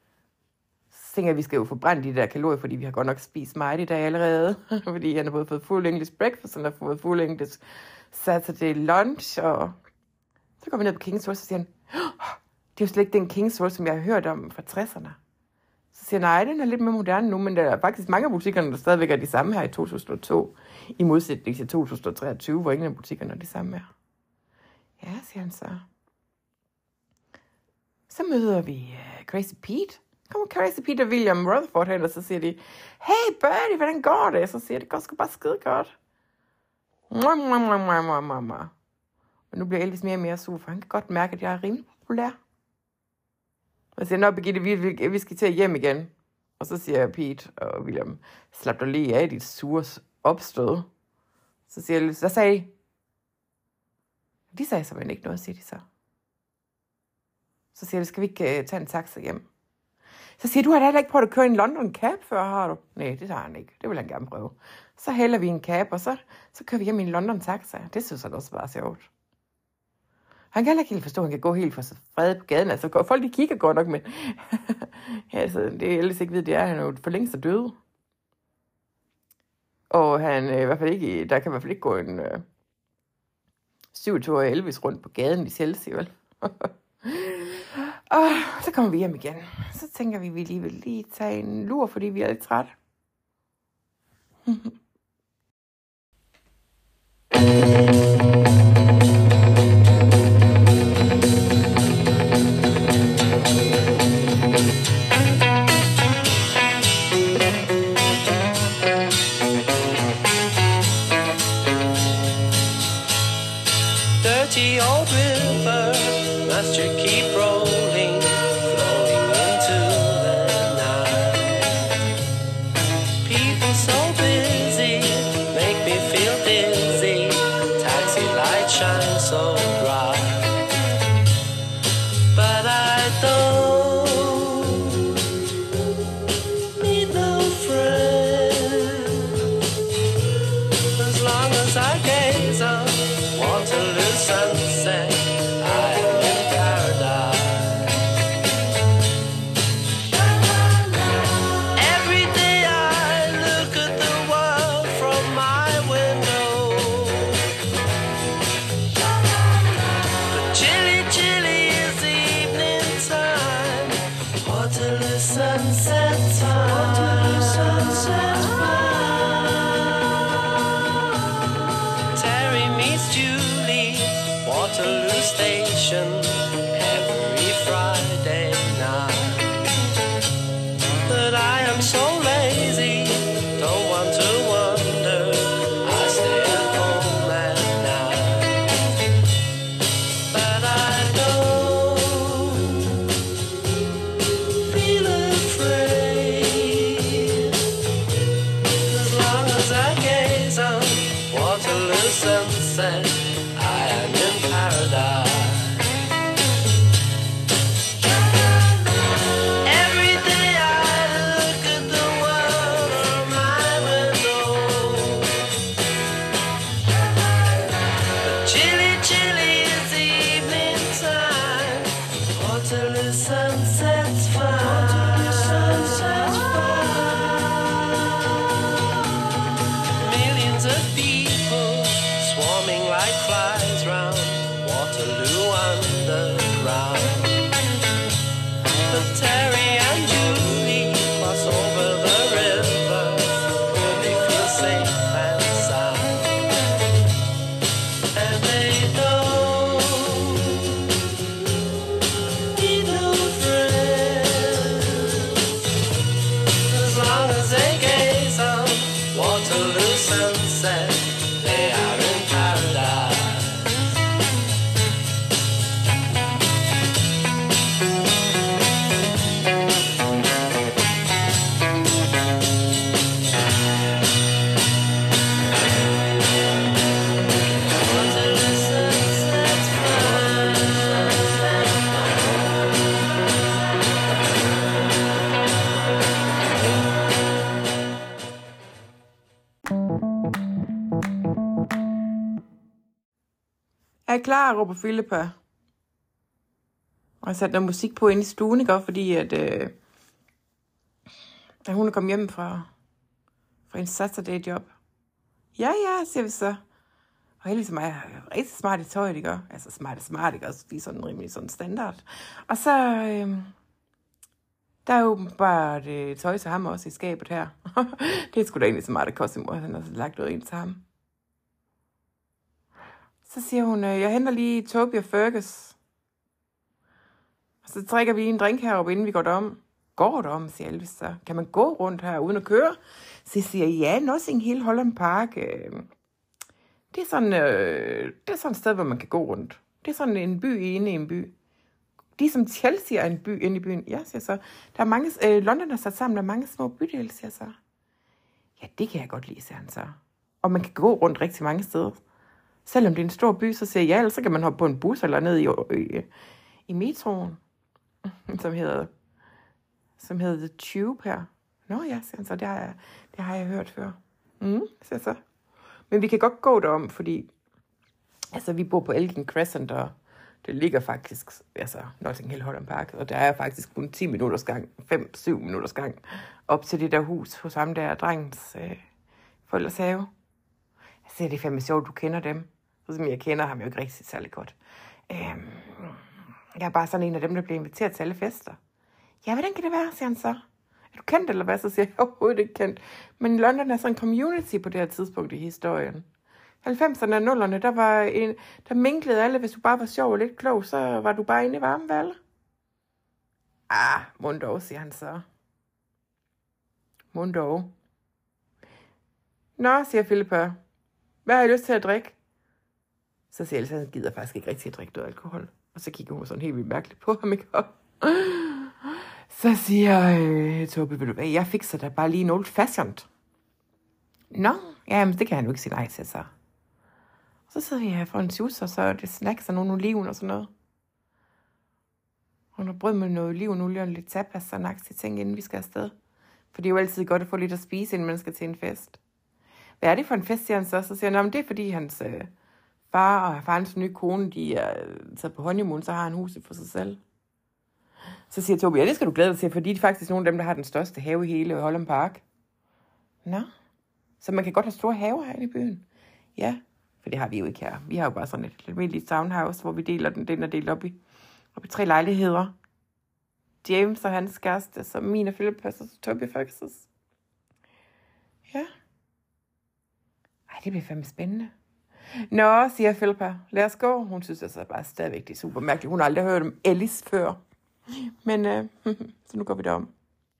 Så tænker jeg, vi skal jo forbrænde de der kalorier, fordi vi har godt nok spist meget i dag allerede. Fordi han har både fået full English breakfast, og han har fået full English Saturday lunch. Og så går vi ned på King's Road, så siger han, det er jo slet ikke den King's Road, som jeg har hørt om fra 60'erne. Så siger han, nej, den er lidt mere moderne nu, men der er faktisk mange af butikkerne, der stadigvæk er de samme her i 2002, i modsætning til 2023, hvor ingen af butikkerne er de samme her. Ja, siger han så. Så møder vi Crazy Pete. Kommer Crazy Pete og William Rutherford hen, og så siger de, hey Bertie, hvordan går det? Så siger det går sgu bare skide godt. Og nu bliver Elvis mere og mere sur, for han kan godt mærke, at jeg er rimelig populær. Og siger, nå Birgitte, vi skal til hjem igen. Og så siger Pete og William, slap dig lige af dit sure opstød. Så siger Elvis, hvad sagde I? De sagde simpelthen ikke noget, siger de så. Så siger de, skal vi ikke tage en taxa hjem? Så siger du, har da heller ikke prøvet at køre en London Cab før, har du? Nej, det har han ikke. Det vil han gerne prøve. Så hælder vi en cab, og så kører vi hjem i en London taxa. Det synes han også bare sjovt. Han kan heller ikke helt forstå, at han kan gå helt for sig fred på gaden. Altså, folk de kigger godt nok, men ja, altså, det er ellers ikke ved, det er, han er jo for længst døde. Og han i hvert fald ikke, der kan i hvert fald ikke gå en 7-årig Elvis rundt på gaden i Chelsea, vel? Og så kommer vi hjem igen. Så tænker vi lige vil lige tage en lur, fordi vi er lidt trætte. Dirty old river, must you keep rolling, flowing into the night? People so busy, make me feel dizzy, taxi light shines so bright. But I don't need no friend, as long as I gaze on Waterloo sunset, I am in paradise. Every day I look at the world from my window. But chilly, chilly is the evening time. Waterloo sunset time. Waterloo sunset Terry meets Julie, Waterloo Station, every Friday night. But I am so lazy, don't want to wander, I stay at home at night. But I don't feel afraid, as long as I gaze on Waterloo sunset, I am in paradise. Every day I look at the world from my window. But chilly, chilly is the evening time. Waterloo sunset's fine. Waterloo sunset's fine. Millions of people swarming like flies round Waterloo underground. But Terry and Julie cross over the river where they feel safe and sound. And they don't need no friends, as long as they gaze on Waterloo sunset, they are in paradise. Waterloo sunset's fine. Er I klar, råber Philippa? Og jeg satte noget musik på inde i stuen, ikke? Fordi at da hun er kommet hjem fra en Saturday job. Ja, siger vi så. Og heldigvis er mig rigtig smart i tøjet, ikke? Altså smart, ikke? Også fordi sådan rimelig sådan standard. Og så, der er jo bare det tøj til ham også i skabet her. Det er sgu da egentlig smart, at Cosimo, han har lagt noget ind til ham. Så siger hun, jeg henter lige Toby og Fergus. Så drikker vi en drink heroppe, inden vi går derom. Går derom, siger Elvis så. Kan man gå rundt her uden at køre? Så jeg siger, ja, Nossing Hill Holland Park. Det er sådan et sted, hvor man kan gå rundt. Det er sådan en by inde i en by. De som Chelsea er en by inde i byen. Ja, siger så. Der er mange, London er sat sammen, der er mange små bydele, siger så. Ja, det kan jeg godt lide, siger han så. Og man kan gå rundt rigtig mange steder. Selvom det er en stor by, så siger jeg, ja, ellers så kan man hoppe på en bus eller ned i metroen, som hedder The Tube her. Nå ja, siger han så, det har jeg hørt før. Siger så. Men vi kan godt gå derom, fordi altså, vi bor på Elgin Crescent, og det ligger faktisk, altså Notting Hill Holland Park, og der er faktisk kun 10 minutters gang, 5-7 minutters gang, op til det der hus hos ham der drengens forældres have. Jeg siger, det er fandme sjovt, du kender dem. Så som jeg kender ham jo ikke rigtig særlig godt. Jeg er bare sådan en af dem, der bliver inviteret til alle fester. Ja, hvordan kan det være, siger han så. Er du kendt eller hvad? Så siger jeg, overhovedet ikke kendt. Men London er sådan en community på det her tidspunkt i historien. 90'erne og 0'erne, der minklede alle. Hvis du bare var sjov og lidt klog, så var du bare inde i varmevalget. Mundov, siger han så. Mundov. Nå, siger Philippa. Hvad har I lyst til at drikke? Så siger Elsa, han gider faktisk ikke rigtig at drikke noget alkohol. Og så kigger hun sådan helt vildt mærkeligt på ham, ikke? Så siger Toby, ved du hvad, jeg fikser da bare lige en old fashioned. Nå, jamen det kan han jo ikke sige nej til, så. Så sidder vi her for en juice, og så er det snacks og nogle oliven og sådan noget. Og noget brød med noget olivenolie og lidt tapas og nakse ting, inden vi skal afsted. For det er jo altid godt at få lidt at spise, inden man skal til en fest. Hvad er det for en fest, siger han så? Så siger han, det er fordi hans far og farens nye kone, de er taget på honeymoon, så har han huset for sig selv. Så siger Tobi, ja, det skal du glæde dig til, fordi de er faktisk nogle af dem, der har den største have i hele Holland Park. Nå, så man kan godt have store haver herinde i byen. Ja, for det har vi jo ikke her. Vi har jo bare sådan et almindeligt townhouse, hvor vi deler den er delt op i 3 lejligheder. James og hans kæreste, så min og Philippas og Toby Foxes. Ja. Ej, det bliver fandme spændende. Nå, siger Philippa, lad os gå. Hun synes altså bare stadigvæk, det er super mærkeligt. Hun har aldrig hørt om Alice før. Men, så nu går vi derom.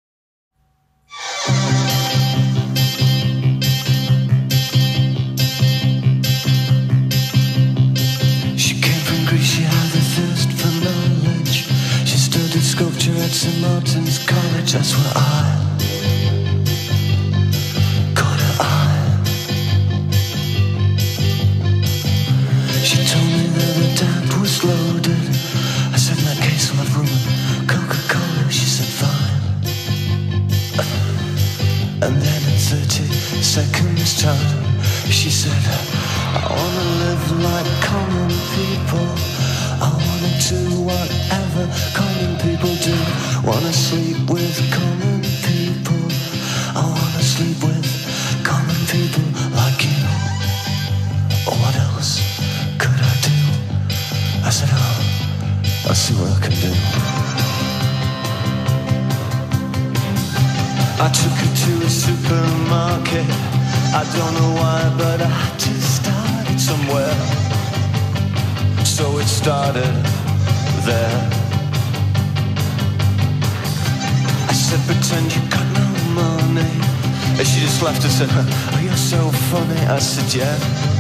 She came from Greece, she had the thirst for knowledge. She studied sculpture at St. Martin's College. That's where I caught her eye. She told me that the tap was loaded. I said, in that case, I'll have rum and Coca-Cola. She said, fine. And then in 30 seconds time, she said, I wanna live like common people. I wanna do whatever common people do. Wanna sleep with common people. I wanna sleep with common people like you. Oh, what else could I do? I said, I'll see what I can do. I took her to a supermarket. I don't know why, but I had to start it somewhere. So it started there. I said, pretend you got no money. And she just laughed and said, oh, you're so funny. I said, yeah.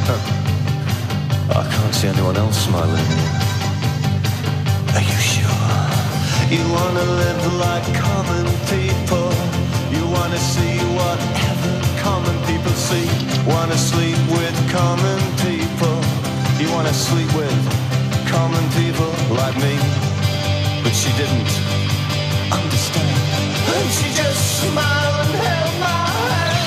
I can't see anyone else smiling. Are you sure? You wanna live like common people. You wanna see whatever common people see. Wanna sleep with common people. You wanna sleep with common people like me. But she didn't understand. And she just smiled and held my hand.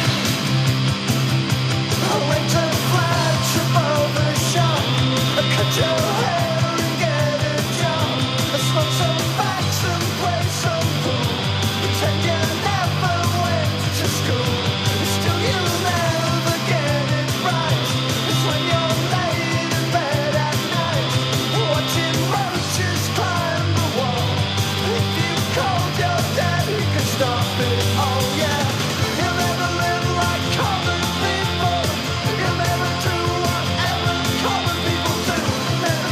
I went to flash above the shop. I cut your hair and get a job. I smoke some facts and play some pool. Pretend you never went to school. Still you'll never get it right. It's when you're laid in bed at night, watching roaches climb the wall. If you called your dad, he could stop it. Oh yeah. You'll never live like common people. You'll never do whatever common people do. Never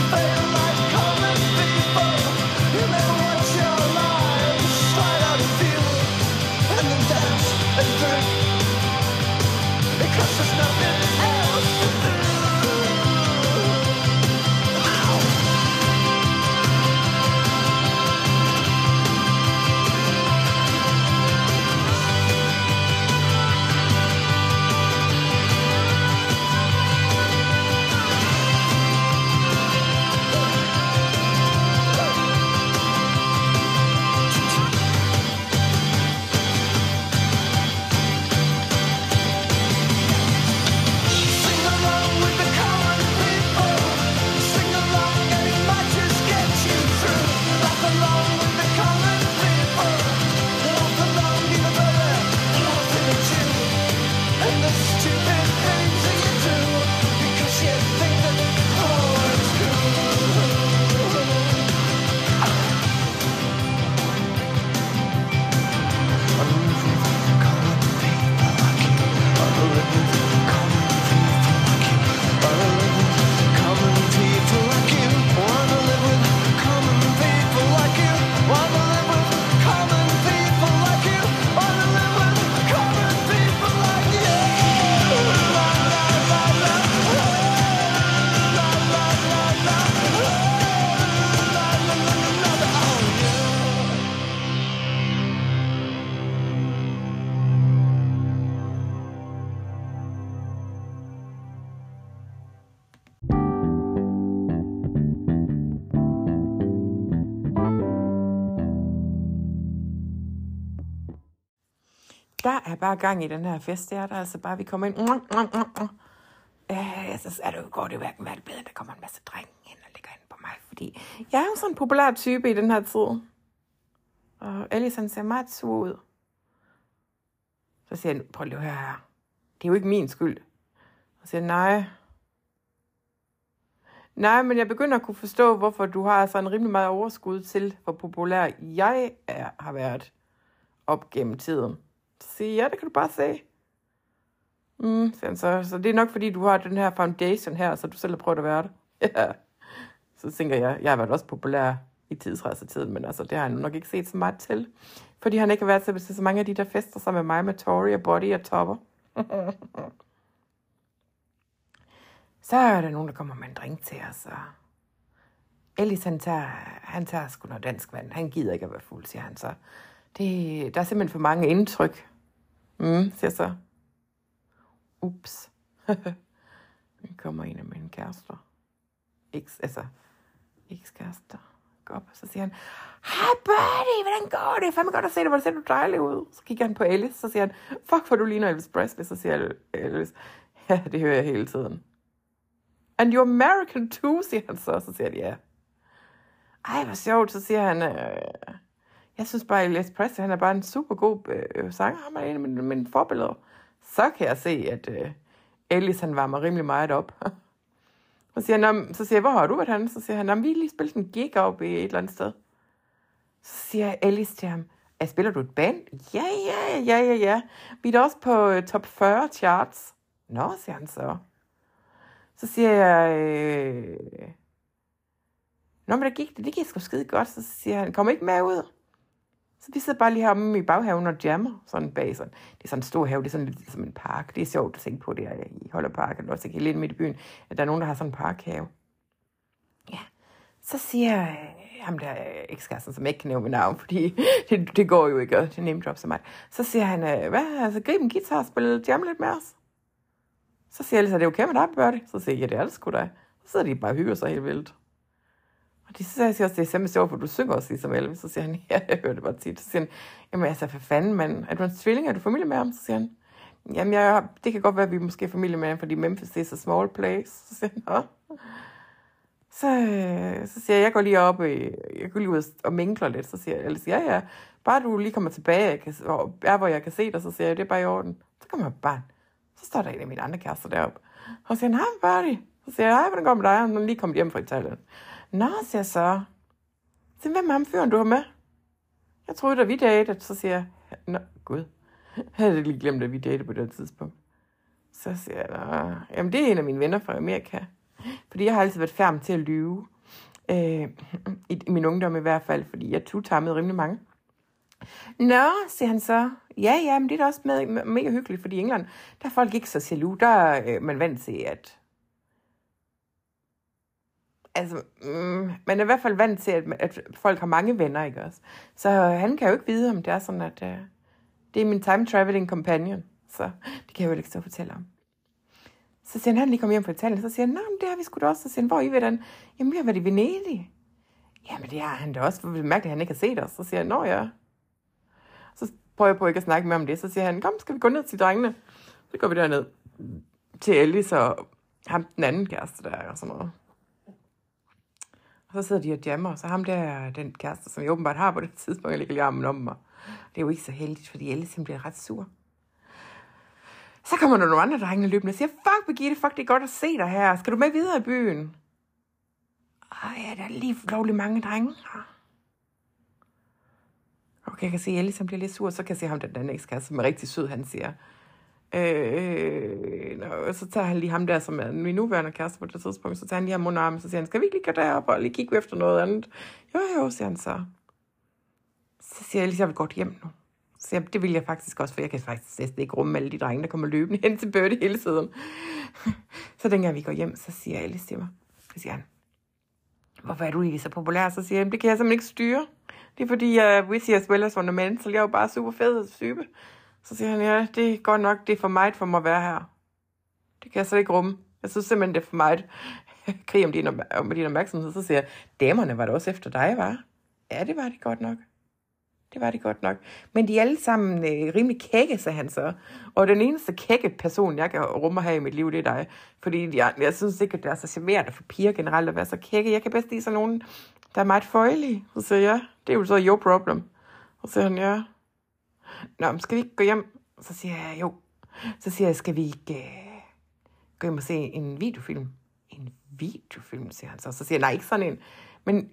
der er bare gang i den her fest. Det er der altså bare, vi kommer ind. Så går det hverken været bedre, der kommer en masse drenge ind og ligger ind på mig. Fordi jeg er jo sådan en populær type i den her tid. Og Ellis, han ser meget sur ud. Så siger han, prøv lige at høre her. Det er jo ikke min skyld. Og siger nej. Nej, men jeg begynder at kunne forstå, hvorfor du har sådan rimelig meget overskud til, hvor populær jeg har været op gennem tiden. Så siger jeg, ja, det kan du bare se. Så det er nok, fordi du har den her foundation her, så du selv har prøvet at være det. Ja. Så tænker jeg har været også populær i tidsrejsetiden, men altså, det har han nok ikke set så meget til. Fordi han ikke har været til så mange af de der fester sammen med mig, med Tori og Buddy og Topper. Så er der nogen, der kommer med en drink til os, og Ellis, han tager sgu noget dansk vand. Han gider ikke at være fuld, siger han så. Der er simpelthen for mange indtryk. Siger så. Ups. Nu kommer en af mine kærester. Ekskærester. Går op, og så siger han, hej buddy, hvordan går det? Fandme godt at se dig, hvor ser du dejlig ud. Så kigger han på Ellis, så siger han, fuck, hvor du ligner Elvis Presley. Så siger Ellis, ja, det hører jeg hele tiden. And you're American too, siger han så. Så siger han, ja. Ej, hvor sjovt. Så siger han, jeg synes bare, Elvis Presley, han er bare en super god sanger. Han er en af mine forbilleder. Så kan jeg se, at Ellis, han varmer rimelig meget op. Så siger jeg, hvor har du været henne? Så siger han, vi har lige spillet en gig op i et eller andet sted. Så siger Ellis til ham, spiller du et band? Ja. Vi er da også på top 40 charts. Nå, siger han så. Så siger jeg, nå, men det gik sgu skide godt. Så siger han, kom ikke med ud. Så vi sidder bare lige heromme i baghaven og jammer, sådan bag sådan. Det er sådan en stor have, det er sådan lidt som en park. Det er sjovt at tænke på det her i Holderpark, eller også lidt midt i byen, at der er nogen, der har sådan en parkhave. Ja, så siger ham der ekskæresten, som ikke kan nævne mit navn, fordi det går jo ikke, og det er name drop så meget. Så siger han, grib en guitar og spille jam lidt med os. Så siger jeg, så er det okay med dig, Bertie? Så siger jeg, ja, det er det sgu da. Så sidder de bare og hygger sig helt vildt. Og de siger også, det er simpelthen sjovt, for du synger også ligesom Elvis. Så siger han, ja, jeg hører det bare tit. Så siger han, jamen altså, for fanden, mand. Er du en tvilling? Er du familie med ham? Så siger han, jamen det kan godt være, at vi måske er familie med ham, fordi Memphis det er så small place. Så siger han, nå. Så siger jeg går lige op, jeg går lige ud og minkler lidt. Så siger jeg, ja, bare du lige kommer tilbage, hvor jeg kan se dig, så siger jeg, det er bare i orden. Så kommer jeg bare. Så står der en af mine andre kærester deroppe. Og så siger han, hej, Bertie. Så siger jeg, hej, hvordan går det med dig? Han er lige kommet hjem fra Italien. Nå, siger jeg så. Så hvem er ham fyren, du har med? Jeg troede, da vi datede. Så siger jeg, nå, gud. Jeg havde lige glemt, at vi datede på det tidspunkt. Så siger jeg, nå, jamen det er en af mine venner fra Amerika. Fordi jeg har altid været færm til at lyve. I min ungdom i hvert fald, fordi jeg tutammede rimelig mange. Nå, siger han så. Ja, men det er da også mega hyggeligt, fordi i England, der er folk ikke så jaloux. Der er man vant til, at man er i hvert fald vant til, at folk har mange venner, ikke også? Så han kan jo ikke vide, om det er sådan, at det er min time traveling companion. Så det kan jeg jo ikke stå og fortælle om. Så siger han lige kom hjem fra Italien, så siger han, nej, men det har vi sgu da også. Så siger han, hvor er I ved den? Jamen, vi har været i Venedig. Jamen, det har han da også. Det er mærkeligt, at han ikke har set os. Så siger han, nå ja. Så prøver jeg på ikke at snakke med om det. Så siger han, kom, skal vi gå ned til drengene? Så går vi derned til Ellis og ham den anden kæreste der og sådan noget. Og så sidder de og jammer, og så ham der, den kæreste, som jeg åbenbart har på det tidspunkt, jeg ligger lige armen om mig. Det er jo ikke så heldigt, fordi Ellis bliver ret sur. Så kommer der nogle andre drenge løbende og siger, fuck Birgitte, fuck, det er godt at se dig her. Skal du med videre i byen? Ja, der er lige lovligt mange drenge. Okay, jeg kan se, at Ellis bliver lidt sur, så kan jeg se ham, den ekskæreste, som er rigtig sød, han siger. Så tager han lige ham der, som er min nuværende kæreste på det tidspunkt, så tager han lige ham under armen, så siger han, skal vi ikke lige gå derop og lige kigge efter noget andet? Jo, siger han så. Så siger jeg lige, jeg vil godt hjem nu. Så det vil jeg faktisk også, for jeg kan faktisk næsten ikke rumme alle de drenge, der kommer løbende hen til Bertie hele tiden. Så dengang vi går hjem, så siger Alice til mig, så siger han, hvorfor er du ikke så populær? Så siger jeg, det kan jeg simpelthen ikke styre. Det er fordi, jeg witty as well as fundamental, jeg er jo bare super fed type. Så siger han, ja, det er godt nok, det er for meget for mig at være her. Det kan jeg så ikke rumme. Jeg synes simpelthen, det er for meget krig om din opmærksomhed. Så siger jeg, damerne var det også efter dig, var? Ja, det var det godt nok. Det var det godt nok. Men de er alle sammen rimelig kække, sagde han så. Og den eneste kække person, jeg kan rumme her i mit liv, det er dig. Fordi jeg synes ikke, at det er så charmerende for piger generelt at være så kække. Jeg kan bedst lide sådan nogen, der er meget føjelige. Så siger jeg, det er jo så your problem. Og så siger han, ja. Nå, men skal vi ikke gå hjem? Så siger jeg, jo. Så siger jeg, skal vi ikke gå hjem og se en videofilm? En videofilm, siger han så. Så siger jeg, nej, ikke sådan en. Men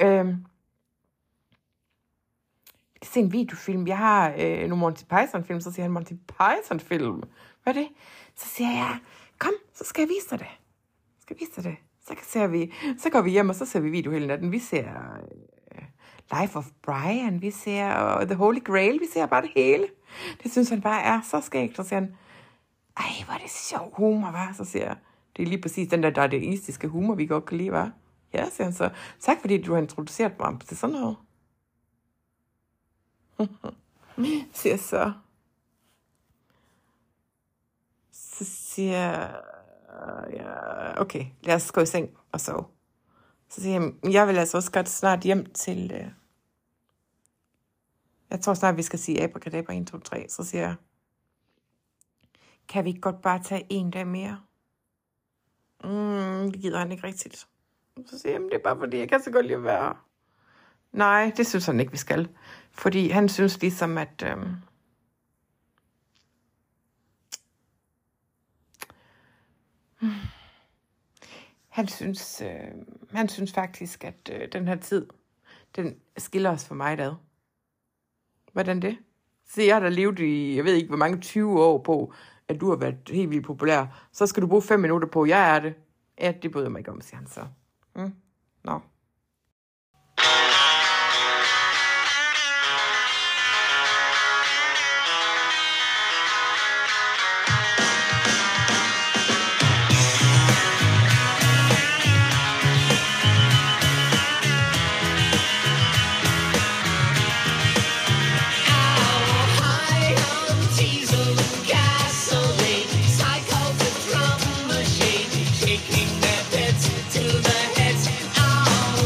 vi kan se en videofilm. Jeg har nogle Monty Python-film. Så siger han, Monty Python-film? Hvad er det? Så siger jeg, kom, så skal jeg vise dig det. Så går vi hjem, og så ser vi video hele natten. Vi ser Life of Brian, vi ser The Holy Grail, vi ser bare det hele. Det synes han bare er så skægt. Så siger han, ej, hvor er det sjov humor, hva'? Så siger jeg, det er lige præcis den der dadaistiske humor, vi godt kan lide, hva'? Ja, siger han så. Tak fordi du har introduceret mig til sådan noget. Siger så. Så siger jeg, ja, okay, lad os gå i seng og sove. Så siger jeg vil altså også godt snart hjem til, jeg tror snart, vi skal sige abracadabra 1, 2, 3. Så siger jeg, kan vi ikke godt bare tage en dag mere? Det gider han ikke rigtigt. Så siger jeg, det er bare fordi, jeg kan så godt lide at være. Nej, det synes han ikke, vi skal. Fordi han synes ligesom, at han synes faktisk, at den her tid, den skiller os for meget ad. Hvordan det? Så jeg har da levet i, jeg ved ikke, hvor mange 20 år på, at du har været helt vildt populær. Så skal du bruge 5 minutter på, jeg er det. Ja, det bryder mig ikke om, siger han så. Nå. Taking their pets to the heads. Oh,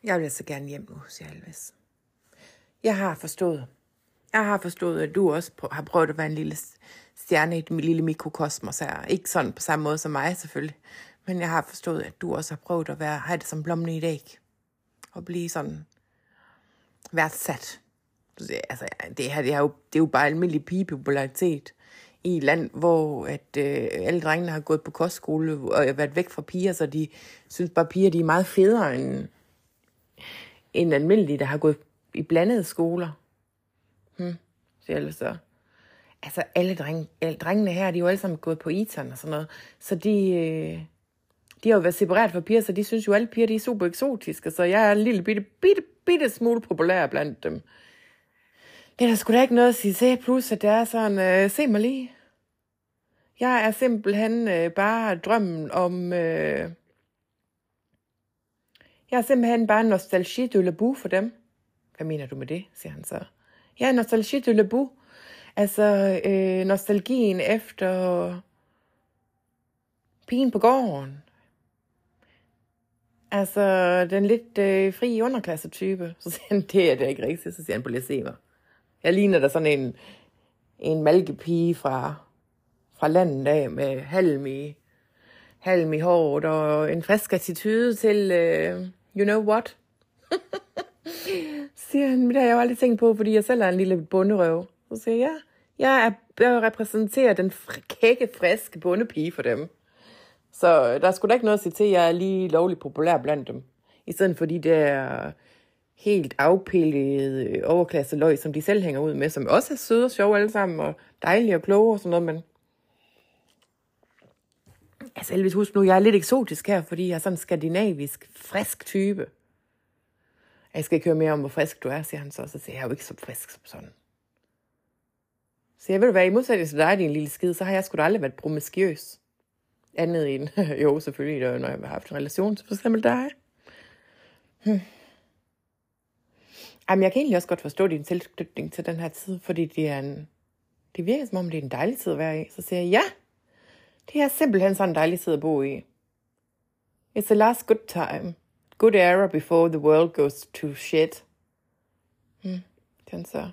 Jeg vil altså gerne hjem nu, siger Alves. Jeg har forstået, at du også har prøvet at være en lille stjerne i et lille mikrokosmos her. Ikke sådan på samme måde som mig selvfølgelig. Men jeg har forstået, at du også har prøvet at have det som blommen i et æg. Og blive sådan værdsat. Altså, det er jo bare almindelig pigepopularitet i et land, hvor at, alle drengene har gået på kostskole og været væk fra piger, så de synes bare, piger de er meget federe end almindelige, der har gået i blandede skoler. Siger alle så. Altså, alle drengene her, de er jo alle sammen gået på Eton og sådan noget, så de har jo været separeret fra piger, så de synes jo, alle piger, de er super eksotiske, så jeg er en lille bitte smule populær blandt dem. Det er der sgu da ikke noget at sige til, plus at det er sådan, se mig lige. Jeg er simpelthen bare drømmen om... jeg er simpelthen bare nostalgie de l'abou for dem. Hvad mener du med det, siger han så. Ja, nostalgie de l'abou. Altså, nostalgien efter pigen på gården. Altså, den lidt fri underklasse-type. Så siger han, det er det ikke rigtigt. Så siger han, på lidt se mig. Jeg ligner der sådan en malkepige fra landet af med halm i håret og en frisk attitude til you know what. Siger han, det har jeg jo aldrig tænkt på, fordi jeg selv er en lille bonderøv. Så siger jeg repræsenterer den kække, friske bondepige for dem. Så der er sgu da ikke noget at sige til, at jeg er lige lovligt populær blandt dem. I stedet for de der helt afpillede overklasseløg, som de selv hænger ud med, som også er søde og sjove alle sammen, og dejlige og kloge og sådan noget, men... Altså, Elvis, husk nu, jeg er lidt eksotisk her, fordi jeg er sådan en skandinavisk, frisk type. Jeg skal ikke høre mere om, hvor frisk du er, siger han så. Så siger jeg jo ikke så frisk som sådan. Så jeg vil være i modsætning til dig, din lille skid, så har jeg sgu da aldrig været promiskuøs. Andet end, jo selvfølgelig, når jeg har haft en relation til for eksempel dig. Jamen, jeg kan egentlig også godt forstå din tilknytning til den her tid, fordi det virker som om, det er en dejlig tid at være i. Så siger jeg, ja, det er simpelthen sådan en dejlig tid at bo i. It's the last good time. Good era before the world goes to shit. Den så.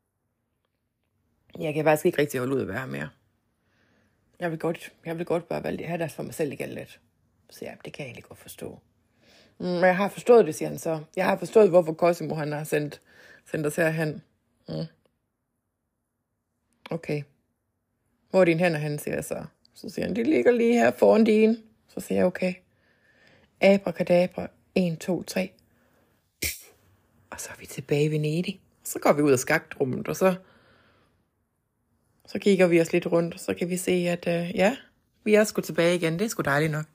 Jeg kan faktisk ikke rigtig holde ud at være mere. Jeg vil godt bare have det for mig selv igen lidt. Så ja, det kan jeg egentlig godt forstå. Men jeg har forstået det, siger han så. Jeg har forstået, hvorfor Cosimo han har sendt os herhen. Okay. Hvor er dine hænder hen, siger jeg så. Så siger han, de ligger lige her foran dine. Så siger jeg, okay. Abracadabra. 1, 2, 3. Og så er vi tilbage i Venedig. Så går vi ud af skaktrummet, og så kigger vi os lidt rundt, og så kan vi se, at ja, vi er sgu tilbage igen. Det er sgu dejligt nok.